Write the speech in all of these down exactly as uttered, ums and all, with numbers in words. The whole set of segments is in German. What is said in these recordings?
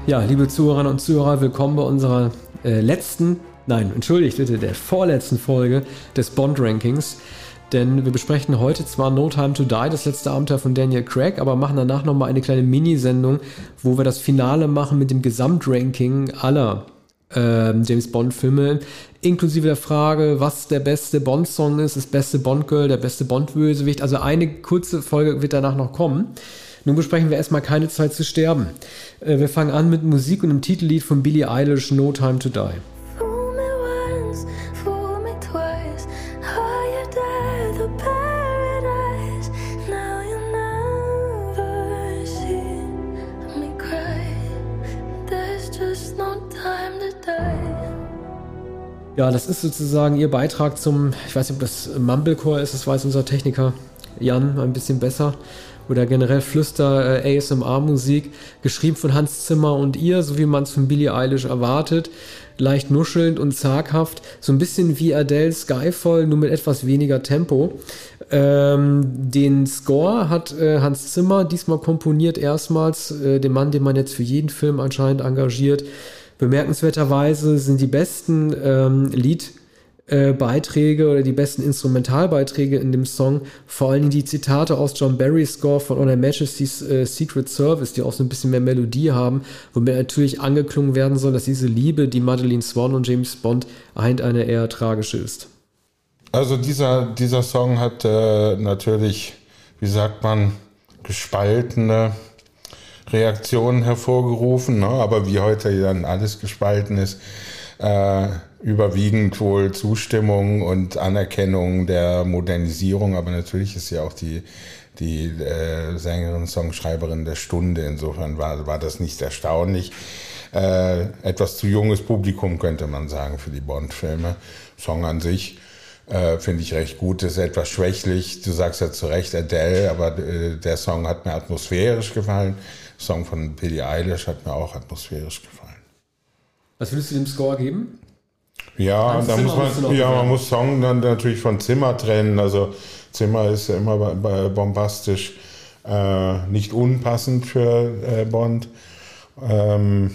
Ja, liebe Zuhörerinnen und Zuhörer, willkommen bei unserer äh, letzten, nein, entschuldigt bitte, der vorletzten Folge des Bond-Rankings. Denn wir besprechen heute zwar No Time to Die, das letzte Abenteuer von Daniel Craig, aber machen danach nochmal eine kleine Minisendung, wo wir das Finale machen mit dem Gesamtranking aller äh, James-Bond-Filme, inklusive der Frage, was der beste Bond-Song ist, das beste Bond-Girl, der beste Bond-Bösewicht. Also eine kurze Folge wird danach noch kommen. Nun besprechen wir erstmal Keine Zeit zu sterben. Äh, wir fangen an mit Musik und einem Titellied von Billie Eilish, No Time to Die. Ja, das ist sozusagen ihr Beitrag zum, ich weiß nicht, ob das Mumblecore ist, das weiß unser Techniker Jan ein bisschen besser, oder generell Flüster äh, A S M R-Musik, geschrieben von Hans Zimmer und ihr, so wie man es von Billie Eilish erwartet, leicht nuschelnd und zaghaft, so ein bisschen wie Adele's Skyfall, nur mit etwas weniger Tempo. Ähm, den Score hat äh, Hans Zimmer diesmal komponiert, erstmals, äh, den Mann, den man jetzt für jeden Film anscheinend engagiert. Bemerkenswerterweise sind die besten ähm, Liedbeiträge äh, oder die besten Instrumentalbeiträge in dem Song vor allen Dingen die Zitate aus John Barrys Score von On Her Majesty's äh, Secret Service, die auch so ein bisschen mehr Melodie haben, womit natürlich angeklungen werden soll, dass diese Liebe, die Madeleine Swann und James Bond eint, eine eher tragische ist. Also dieser, dieser Song hat äh, natürlich, wie sagt man, gespaltene Reaktionen hervorgerufen, ne? Aber wie heute dann alles gespalten ist, äh, überwiegend wohl Zustimmung und Anerkennung der Modernisierung, aber natürlich ist ja auch die, die äh, Sängerin, Songschreiberin der Stunde, insofern war, war das nicht erstaunlich. Äh, etwas zu junges Publikum, könnte man sagen, für die Bond-Filme. Song an sich äh, finde ich recht gut, ist etwas schwächlich, du sagst ja zu Recht Adele, aber äh, der Song hat mir atmosphärisch gefallen. Song von Billie Eilish hat mir auch atmosphärisch gefallen. Was würdest du dem Score geben? Ja, da muss man, ja, man muss Song dann natürlich von Zimmer trennen. Also Zimmer ist ja immer bombastisch, äh, nicht unpassend für äh, Bond. Ähm,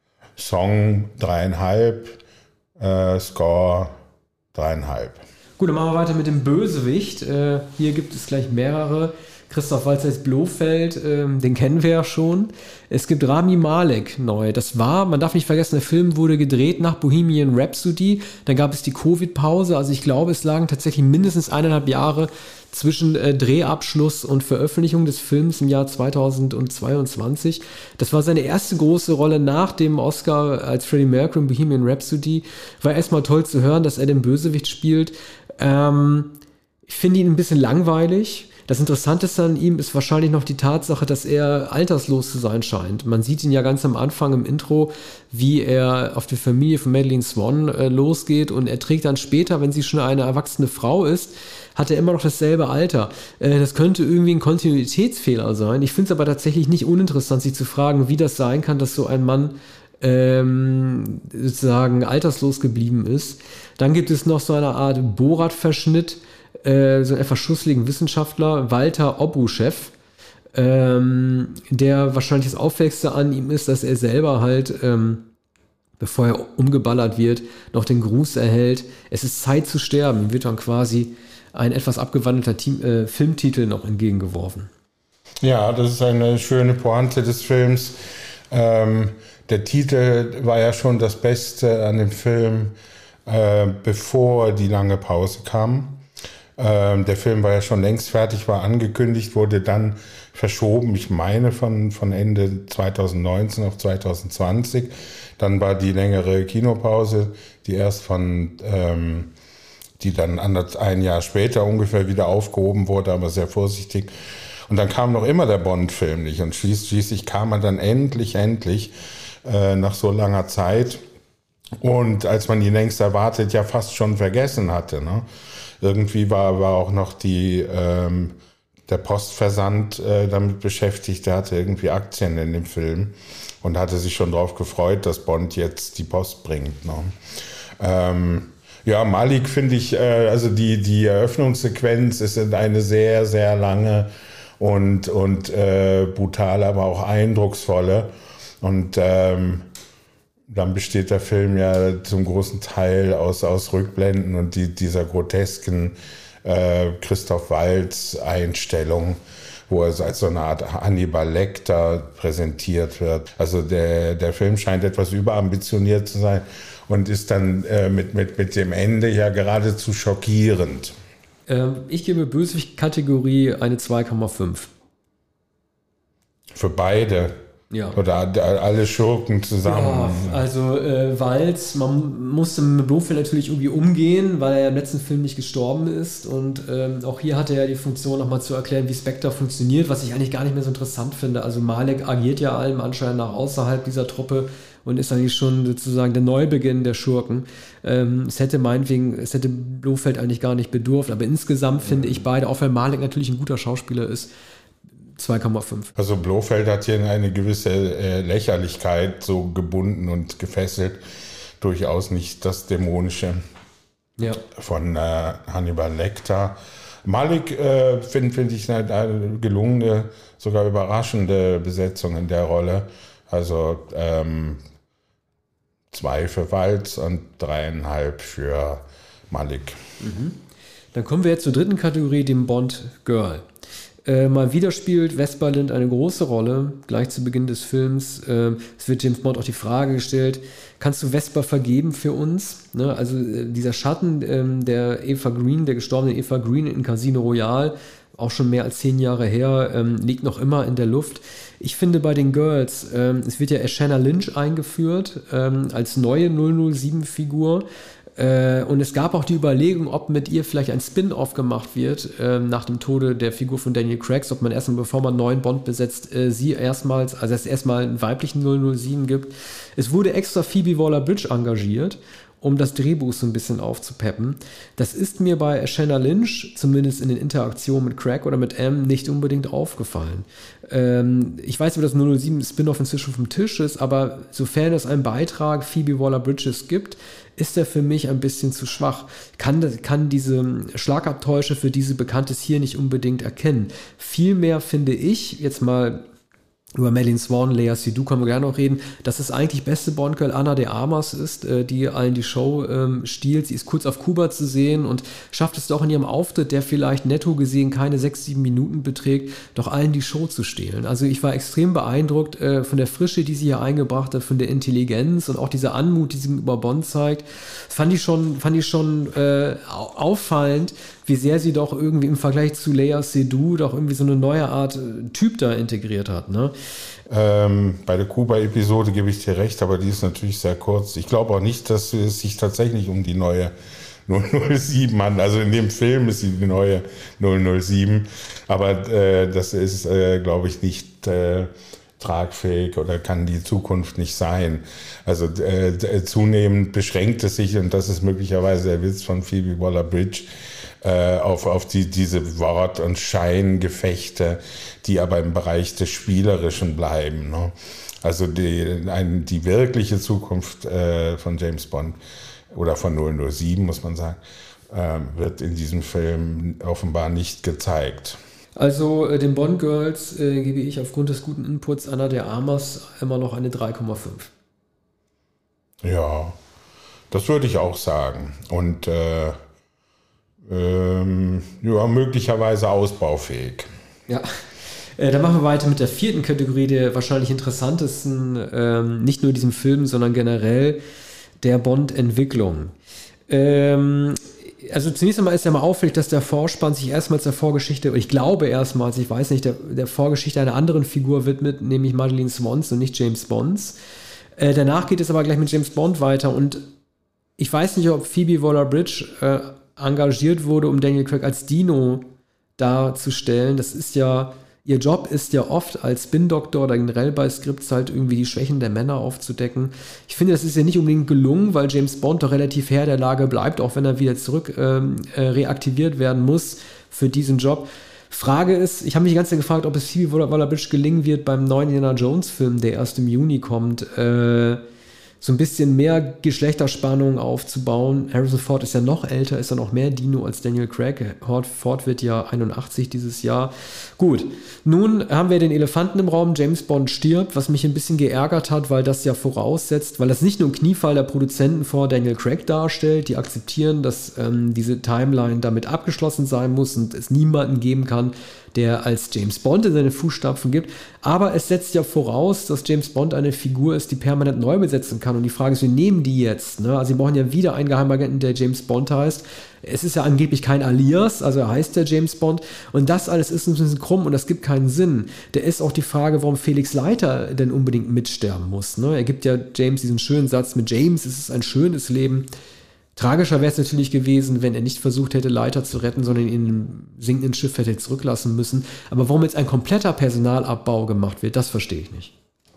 Song dreieinhalb, äh, Score dreieinhalb. Gut, dann machen wir weiter mit dem Bösewicht. Äh, hier gibt es gleich mehrere. Christoph Waltz als Blofeld, ähm, den kennen wir ja schon. Es gibt Rami Malek neu. Das war, man darf nicht vergessen, der Film wurde gedreht nach Bohemian Rhapsody. Dann gab es die Covid-Pause. Also ich glaube, es lagen tatsächlich mindestens eineinhalb Jahre zwischen äh, Drehabschluss und Veröffentlichung des Films im Jahr zweitausendzweiundzwanzig. Das war seine erste große Rolle nach dem Oscar als Freddie Mercury in Bohemian Rhapsody. War erstmal toll zu hören, dass er den Bösewicht spielt. Ähm, ich finde ihn ein bisschen langweilig. Das Interessanteste an ihm ist wahrscheinlich noch die Tatsache, dass er alterslos zu sein scheint. Man sieht ihn ja ganz am Anfang im Intro, wie er auf die Familie von Madeleine Swann äh, losgeht, und er trägt dann später, wenn sie schon eine erwachsene Frau ist, hat er immer noch dasselbe Alter. Äh, das könnte irgendwie ein Kontinuitätsfehler sein. Ich finde es aber tatsächlich nicht uninteressant, sich zu fragen, wie das sein kann, dass so ein Mann ähm, sozusagen alterslos geblieben ist. Dann gibt es noch so eine Art Borat-Verschnitt, Äh, so einen etwas schussligen Wissenschaftler, Walter Obuschew, ähm, der wahrscheinlich das Auffälligste an ihm ist, dass er selber halt, ähm, bevor er umgeballert wird, noch den Gruß erhält: Es ist Zeit zu sterben. Ihm wird dann quasi ein etwas abgewandelter Team, äh, Filmtitel noch entgegengeworfen. Ja, das ist eine schöne Pointe des Films. Ähm, der Titel war ja schon das Beste an dem Film, äh, bevor die lange Pause kam. Ähm, der Film war ja schon längst fertig, war angekündigt, wurde dann verschoben, ich meine von, von Ende zweitausendneunzehn auf zweitausendzwanzig. Dann war die längere Kinopause, die erst von, ähm, die dann ein Jahr später ungefähr wieder aufgehoben wurde, aber sehr vorsichtig. Und dann kam noch immer der Bond-Film nicht, und schließlich, schließlich kam man dann endlich, endlich äh, nach so langer Zeit, und als man ihn längst erwartet, ja fast schon vergessen hatte, ne? Irgendwie war, war auch noch die, ähm, der Postversand äh, damit beschäftigt. Der hatte irgendwie Aktien in dem Film und hatte sich schon darauf gefreut, dass Bond jetzt die Post bringt. Ne? Ähm, ja, Malik finde ich, äh, also die, die Eröffnungssequenz ist eine sehr, sehr lange und, und äh, brutale, aber auch eindrucksvolle. Und ähm, dann besteht der Film ja zum großen Teil aus, aus Rückblenden und die, dieser grotesken äh, Christoph Waltz Einstellung, wo er als so eine Art Hannibal Lecter präsentiert wird. Also der, der Film scheint etwas überambitioniert zu sein und ist dann äh, mit, mit, mit dem Ende ja geradezu schockierend. Ähm, ich gebe Bösewicht-Kategorie eine zwei Komma fünf. Für beide? Ja. Oder alle Schurken zusammen? Ja, also äh, Waltz, man musste mit Blofeld natürlich irgendwie umgehen, weil er ja im letzten Film nicht gestorben ist. Und ähm, auch hier hatte er die Funktion, nochmal zu erklären, wie Spectre funktioniert, was ich eigentlich gar nicht mehr so interessant finde. Also Malek agiert ja allem anscheinend nach außerhalb dieser Truppe und ist eigentlich schon sozusagen der Neubeginn der Schurken. Ähm, es hätte meinetwegen, es hätte Blofeld eigentlich gar nicht bedurft, aber insgesamt finde ich beide, auch wenn Malek natürlich ein guter Schauspieler ist, zwei Komma fünf. Also Blofeld hat hier eine gewisse äh, Lächerlichkeit so gebunden und gefesselt. Durchaus nicht das Dämonische ja. von äh, Hannibal Lecter. Malek äh, finde find ich eine, eine gelungene, sogar überraschende Besetzung in der Rolle. Also ähm, zwei für Waltz und dreieinhalb für Malek. Mhm. Dann kommen wir jetzt zur dritten Kategorie, dem Bond Girl. Äh, mal wieder spielt Vesper Lynd eine große Rolle, gleich zu Beginn des Films. Äh, es wird James Bond auch die Frage gestellt, kannst du Vesper vergeben für uns? Ne? Also äh, dieser Schatten äh, der Eva Green, der gestorbenen Eva Green in Casino Royale, auch schon mehr als zehn Jahre her, ähm, liegt noch immer in der Luft. Ich finde bei den Girls, ähm, es wird ja Ashana Lynch eingeführt ähm, als neue null null sieben-Figur. Äh, und es gab auch die Überlegung, ob mit ihr vielleicht ein Spin-off gemacht wird, äh, nach dem Tode der Figur von Daniel Craig, ob man erstmal, bevor man einen neuen Bond besetzt, äh, sie erstmals, also es erstmal einen weiblichen null null sieben gibt. Es wurde extra Phoebe Waller-Bridge engagiert, um das Drehbuch so ein bisschen aufzupeppen. Das ist mir bei Ashana Lynch, zumindest in den Interaktionen mit Craig oder mit M, nicht unbedingt aufgefallen. Ähm, ich weiß, wie das null null sieben Spin-off inzwischen vom Tisch ist, aber sofern es einen Beitrag Phoebe Waller-Bridges gibt, ist er für mich ein bisschen zu schwach. Kann, kann diese Schlagabtäusche für diese Bekanntes hier nicht unbedingt erkennen. Vielmehr finde ich, jetzt mal über Madeleine Swan, Lea Seydoux können wir gerne noch reden, dass es eigentlich beste Bond-Girl Ana de Armas ist, äh, die allen die Show ähm, stiehlt. Sie ist kurz auf Kuba zu sehen und schafft es doch in ihrem Auftritt, der vielleicht netto gesehen keine sechs, sieben Minuten beträgt, doch allen die Show zu stehlen. Also ich war extrem beeindruckt äh, von der Frische, die sie hier eingebracht hat, von der Intelligenz und auch dieser Anmut, die sie gegenüber Bond zeigt. Fand ich schon, fand ich schon äh, auffallend, wie sehr sie doch irgendwie im Vergleich zu Lea Seydoux doch irgendwie so eine neue Art äh, Typ da integriert hat, ne? Ähm, bei der Kuba-Episode gebe ich dir recht, aber die ist natürlich sehr kurz. Ich glaube auch nicht, dass es sich tatsächlich um die neue null null sieben handelt. Also in dem Film ist sie die neue null null sieben, aber äh, das ist, äh, glaube ich, nicht äh, tragfähig oder kann die Zukunft nicht sein. Also äh, zunehmend beschränkt es sich, und das ist möglicherweise der Witz von Phoebe Waller-Bridge, äh, auf, auf die, diese Wort- und Scheingefechte, die aber im Bereich des Spielerischen bleiben. Ne? Also die, ein, die wirkliche Zukunft äh, von James Bond oder von null null sieben, muss man sagen, äh, wird in diesem Film offenbar nicht gezeigt. Also äh, den Bond Girls äh, gebe ich aufgrund des guten Inputs Ana de Armas immer noch eine drei Komma fünf. Ja, das würde ich auch sagen. Und äh, ähm, ja, möglicherweise ausbaufähig. Ja, äh, dann machen wir weiter mit der vierten Kategorie, der wahrscheinlich interessantesten, ähm, nicht nur in diesem Film, sondern generell der Bond-Entwicklung. Ähm, Also zunächst einmal ist ja mal auffällig, dass der Vorspann sich erstmals der Vorgeschichte, ich glaube erstmals, ich weiß nicht, der, der Vorgeschichte einer anderen Figur widmet, nämlich Madeleine Swans und nicht James Bonds. Äh, danach geht es aber gleich mit James Bond weiter und ich weiß nicht, ob Phoebe Waller-Bridge äh, engagiert wurde, um Daniel Craig als Dino darzustellen. Das ist ja, ihr Job ist ja oft als Spin-Doktor oder generell bei Skripts halt irgendwie die Schwächen der Männer aufzudecken. Ich finde, das ist ja nicht unbedingt gelungen, weil James Bond doch relativ Herr der Lage bleibt, auch wenn er wieder zurück ähm, äh, reaktiviert werden muss für diesen Job. Frage ist, ich habe mich die ganze Zeit gefragt, ob es Phoebe Waller-Bridge gelingen wird beim neuen Indiana Jones-Film, der erst im Juni kommt, äh, so ein bisschen mehr Geschlechterspannung aufzubauen. Harrison Ford ist ja noch älter, ist ja noch mehr Dino als Daniel Craig. Ford wird ja einundachtzig dieses Jahr. Gut, nun haben wir den Elefanten im Raum. James Bond stirbt, was mich ein bisschen geärgert hat, weil das ja voraussetzt, weil das nicht nur ein Kniefall der Produzenten vor Daniel Craig darstellt, die akzeptieren, dass ähm, diese Timeline damit abgeschlossen sein muss und es niemanden geben kann, der als James Bond in seine Fußstapfen gibt. Aber es setzt ja voraus, dass James Bond eine Figur ist, die permanent neu besetzen kann. Und die Frage ist, wie nehmen die jetzt? Ne? Also sie brauchen ja wieder einen Geheimagenten, der James Bond heißt. Es ist ja angeblich kein Alias, also er heißt der James Bond. Und das alles ist ein bisschen krumm und das gibt keinen Sinn. Da ist auch die Frage, warum Felix Leiter denn unbedingt mitsterben muss. Ne? Er gibt ja James diesen schönen Satz mit James, es ist ein schönes Leben. Tragischer wäre es natürlich gewesen, wenn er nicht versucht hätte, Leiter zu retten, sondern ihn in einem sinkenden Schiff hätte zurücklassen müssen. Aber warum jetzt ein kompletter Personalabbau gemacht wird, das verstehe ich nicht.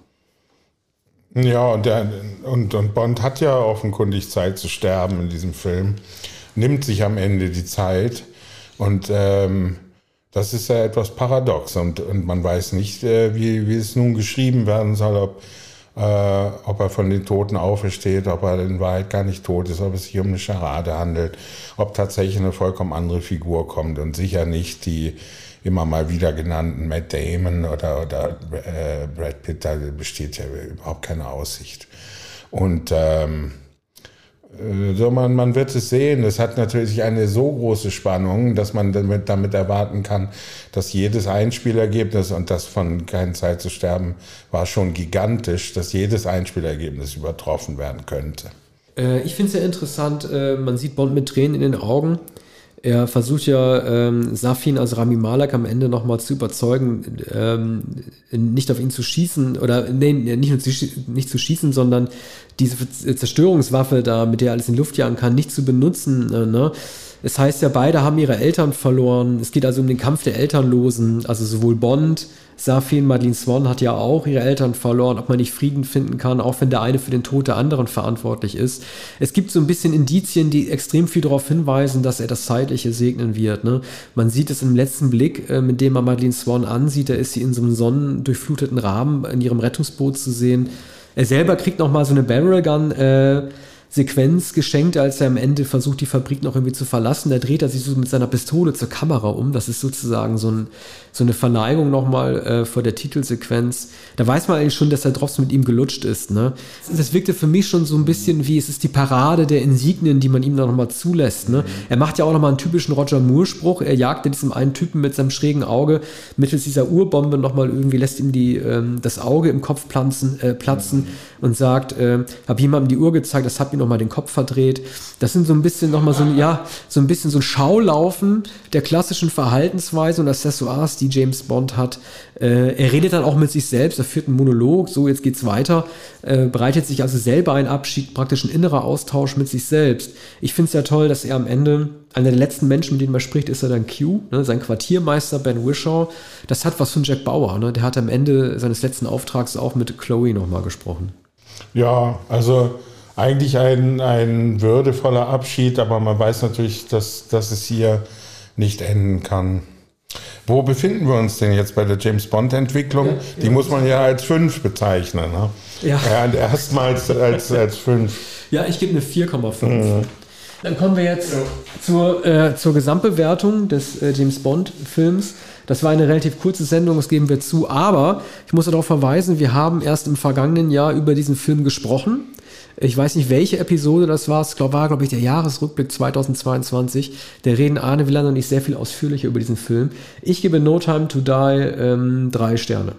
Ja, und, der, und, und Bond hat ja offenkundig Zeit zu sterben in diesem Film, nimmt sich am Ende die Zeit und ähm, das ist ja etwas paradox und, und man weiß nicht, äh, wie, wie es nun geschrieben werden soll, ob Äh, ob er von den Toten aufersteht, ob er in Wahrheit gar nicht tot ist, ob es sich um eine Scharade handelt, ob tatsächlich eine vollkommen andere Figur kommt und sicher nicht die immer mal wieder genannten Matt Damon oder, oder äh, Brad Pitt, da besteht ja überhaupt keine Aussicht. Und ähm, so man, man wird es sehen, es hat natürlich eine so große Spannung, dass man damit, damit erwarten kann, dass jedes Einspielergebnis, und das von Keine Zeit zu sterben war schon gigantisch, dass jedes Einspielergebnis übertroffen werden könnte. Äh, ich finde es sehr interessant, äh, man sieht Bond mit Tränen in den Augen. Er versucht ja, ähm, Safin, also Rami Malek, am Ende nochmal zu überzeugen, ähm, nicht auf ihn zu schießen, oder nee, nicht, nur zu, nicht zu schießen, sondern diese Zerstörungswaffe da, mit der er alles in die Luft jagen kann, nicht zu benutzen. Äh, ne? Es heißt ja, beide haben ihre Eltern verloren. Es geht also um den Kampf der Elternlosen. Also sowohl Bond, Safin, Madeleine Swann hat ja auch ihre Eltern verloren, ob man nicht Frieden finden kann, auch wenn der eine für den Tod der anderen verantwortlich ist. Es gibt so ein bisschen Indizien, die extrem viel darauf hinweisen, dass er das Zeitliche segnen wird. Ne? Man sieht es im letzten Blick, äh, mit dem man Madeleine Swann ansieht, da ist sie in so einem sonnendurchfluteten Rahmen in ihrem Rettungsboot zu sehen. Er selber kriegt nochmal so eine Barrel Gun, äh, Sequenz geschenkt, als er am Ende versucht, die Fabrik noch irgendwie zu verlassen. Da dreht er sich so mit seiner Pistole zur Kamera um. Das ist sozusagen so, ein, so eine Verneigung nochmal äh, vor der Titelsequenz. Da weiß man eigentlich schon, dass er trotzdem mit ihm gelutscht ist. Ne? Das wirkte für mich schon so ein bisschen wie, es ist die Parade der Insignien, die man ihm dann nochmal zulässt. Ne? Mhm. Er macht ja auch nochmal einen typischen Roger Moore-Spruch. Er jagt diesem einen Typen mit seinem schrägen Auge mittels dieser Urbombe nochmal irgendwie, lässt ihm die, ähm, das Auge im Kopf platzen, äh, platzen mhm. und sagt, äh, hab jemandem die Uhr gezeigt, das hat mir nochmal den Kopf verdreht. Das sind so ein bisschen nochmal so ein, ja, so ein bisschen so ein Schaulaufen der klassischen Verhaltensweise und Accessoires, die James Bond hat. Äh, er redet dann auch mit sich selbst, er führt einen Monolog, so jetzt geht's weiter, äh, bereitet sich also selber einen Abschied, praktisch ein innerer Austausch mit sich selbst. Ich finde es ja toll, dass er am Ende, einer der letzten Menschen, mit denen man spricht, ist er dann Q, ne, sein Quartiermeister Ben Whishaw. Das hat was von Jack Bauer, ne? Der hat am Ende seines letzten Auftrags auch mit Chloe nochmal gesprochen. Ja, also eigentlich ein, ein würdevoller Abschied, aber man weiß natürlich, dass, dass es hier nicht enden kann. Wo befinden wir uns denn jetzt bei der James-Bond-Entwicklung? Ja, Die ja. muss man ja als fünf bezeichnen. Ne? Ja. Ja, erstmals als, als fünf. Ja, ich gebe eine vier Komma fünf. Mhm. Dann kommen wir jetzt ja. zur, äh, zur Gesamtbewertung des äh, James-Bond-Films. Das war eine relativ kurze Sendung, das geben wir zu, aber ich muss darauf verweisen, wir haben erst im vergangenen Jahr über diesen Film gesprochen. Ich weiß nicht, welche Episode das war. Es war, glaube ich, der Jahresrückblick zweitausendzweiundzwanzig. Da reden Arne Wieland und ich sehr viel ausführlicher über diesen Film. Ich gebe No Time to Die ähm, drei Sterne.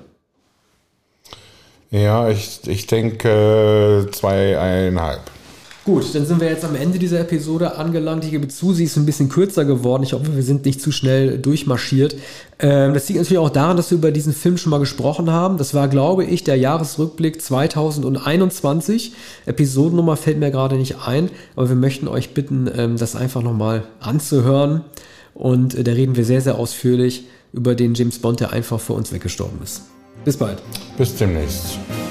Ja, ich, ich denke äh, zweieinhalb. Gut, dann sind wir jetzt am Ende dieser Episode angelangt. Ich gebe zu, sie ist ein bisschen kürzer geworden. Ich hoffe, wir sind nicht zu schnell durchmarschiert. Ähm, das liegt natürlich auch daran, dass wir über diesen Film schon mal gesprochen haben. Das war, glaube ich, der Jahresrückblick zweitausendeinundzwanzig. Episodennummer fällt mir gerade nicht ein, aber wir möchten euch bitten, ähm, das einfach nochmal anzuhören. Und äh, da reden wir sehr, sehr ausführlich über den James Bond, der einfach vor uns weggestorben ist. Bis bald. Bis demnächst.